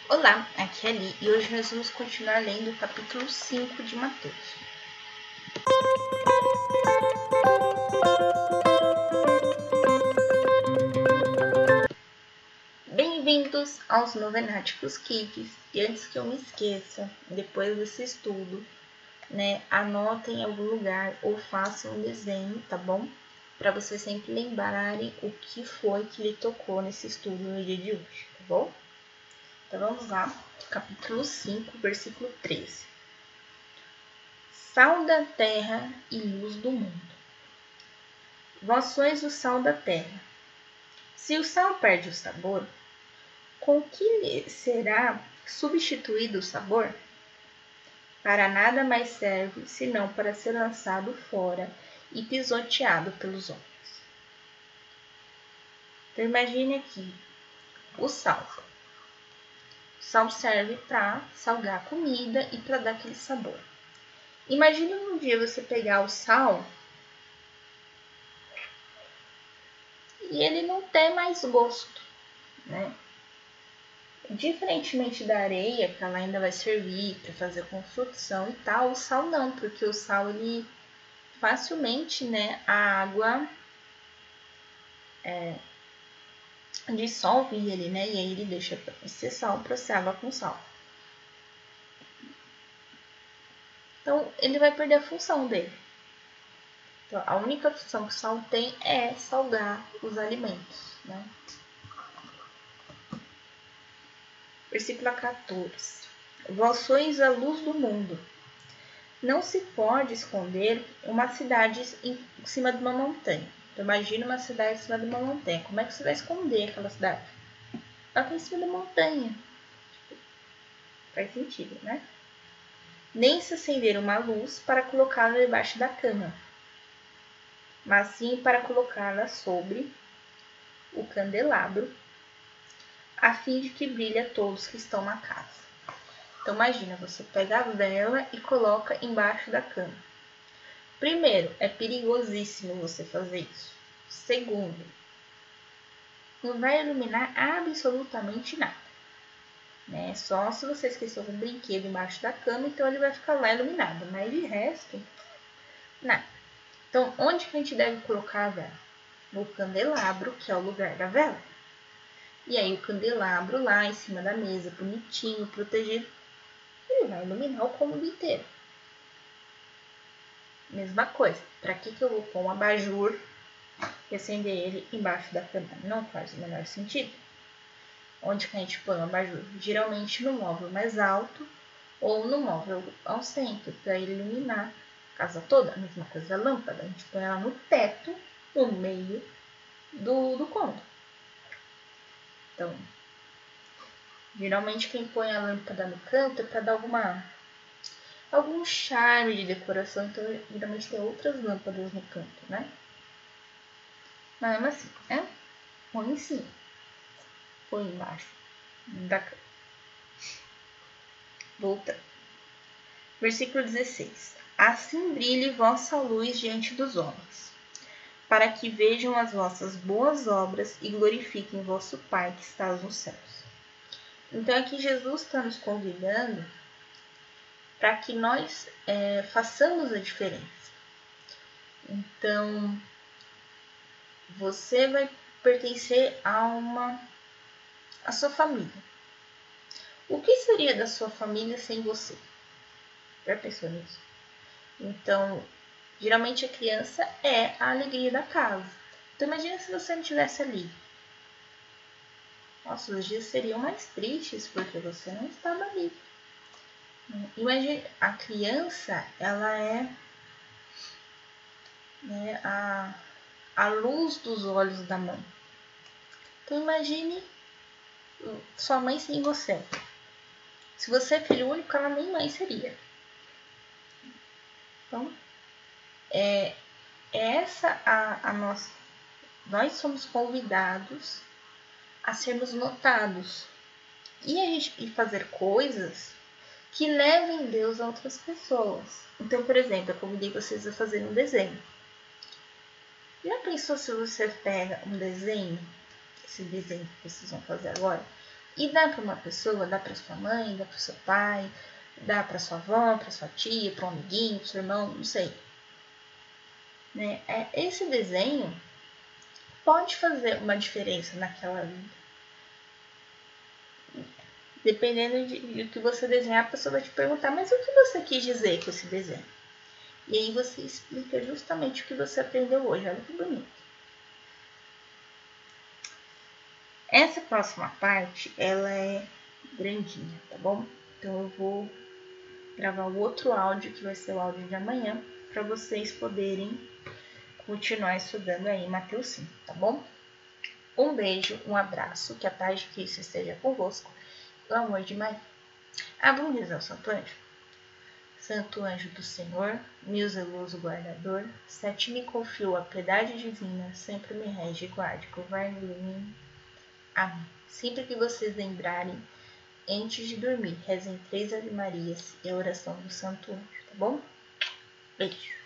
Olá, aqui é a Li e hoje nós vamos continuar lendo o capítulo 5 de Mateus. Bem-vindos aos Novenáticos Kids. E antes que eu me esqueça, depois desse estudo, anotem em algum lugar ou façam um desenho, tá bom? Para vocês sempre lembrarem o que foi que lhe tocou nesse estudo no dia de hoje, tá bom? Então vamos lá, capítulo 5, versículo 13. Sal da terra e luz do mundo. Vós sois o sal da terra. Se o sal perde o sabor, com que lhe será substituído o sabor? Para nada mais serve, senão para ser lançado fora e pisoteado pelos homens. Então imagine aqui o sal. O sal serve para salgar a comida e para dar aquele sabor. Imagine um dia você pegar o sal e ele não ter mais gosto, né? Diferentemente da areia, que ela ainda vai servir para fazer construção e tal, o sal não, porque o sal ele facilmente, a água dissolve ele, e aí ele deixa de ser sal para ser água com sal. Então ele vai perder a função dele. Então, a única função que o sal tem é salgar os alimentos, Versículo 14. Vós sois a luz do mundo. Não se pode esconder uma cidade em cima de uma montanha. Então, imagina uma cidade em cima de uma montanha. Como é que você vai esconder aquela cidade? Ela está em cima da montanha. Faz sentido, né? Nem se acender uma luz para colocá-la debaixo da cama, mas sim para colocá-la sobre o candelabro, a fim de que brilhe a todos que estão na casa. Então, imagina, você pega a vela e coloca embaixo da cama. Primeiro, é perigosíssimo você fazer isso. Segundo, não vai iluminar absolutamente nada. Só se você esqueceu um brinquedo embaixo da cama, então ele vai ficar lá iluminado. Mas de resto, nada. Então, onde que a gente deve colocar a vela? No candelabro, que é o lugar da vela. E aí o candelabro lá em cima da mesa, bonitinho, protegido, ele vai iluminar o cômodo inteiro. Mesma coisa, para que eu vou pôr um abajur e acender ele embaixo da cama? Não faz o menor sentido. Onde que a gente põe o abajur? Geralmente no móvel mais alto ou no móvel ao centro, para ele iluminar a casa toda. A mesma coisa da lâmpada, a gente põe ela no teto, no meio do cômodo. Então, geralmente quem põe a lâmpada no canto é para dar algum charme de decoração, então geralmente tem outras lâmpadas no canto, Mas assim, põe em cima, põe embaixo da cama. Voltando. Versículo 16. Assim brilhe vossa luz diante dos homens, para que vejam as vossas boas obras e glorifiquem vosso Pai que está nos céus. Então aqui Jesus está nos convidando para que nós façamos a diferença. Então, você vai pertencer a sua família. O que seria da sua família sem você? Já pensou nisso? Então, geralmente a criança é a alegria da casa. Então, imagina se você não estivesse ali. Nossa, os dias seriam mais tristes porque você não estava ali. Imagine, a criança, ela é a luz dos olhos da mãe. Então imagine sua mãe sem você. Se você é filho único, ela nem mãe seria. Então, é essa a nossa... Nós somos convidados a sermos notados e fazer coisas que levem Deus a outras pessoas. Então, por exemplo, eu convidei vocês a fazer um desenho. Já pensou se você pega um desenho, esse desenho que vocês vão fazer agora, E dá para uma pessoa, dá para sua mãe, dá para seu pai, dá para sua avó, para sua tia, para um amiguinho, para seu irmão, não sei. Né? Esse desenho pode fazer uma diferença naquela vida. Dependendo do que você desenhar, a pessoa vai te perguntar, mas o que você quis dizer com esse desenho? E aí você explica justamente o que você aprendeu hoje. Olha que bonito. Essa próxima parte, ela é grandinha, tá bom? Então eu vou gravar o outro áudio, que vai ser o áudio de amanhã, para vocês poderem continuar estudando aí Mateus 5, tá bom? Um beijo, um abraço, que a paz de Cristo esteja convosco. O amor de Maria. Vamos dizer ao Santo Anjo. Santo anjo do Senhor, meu zeloso guardador, se a ti me confio a piedade divina, sempre me rege e guarde, governe de mim. Amém. Sempre que vocês lembrarem, antes de dormir, rezem 3 Ave Marias e a oração do Santo Anjo, tá bom? Beijo.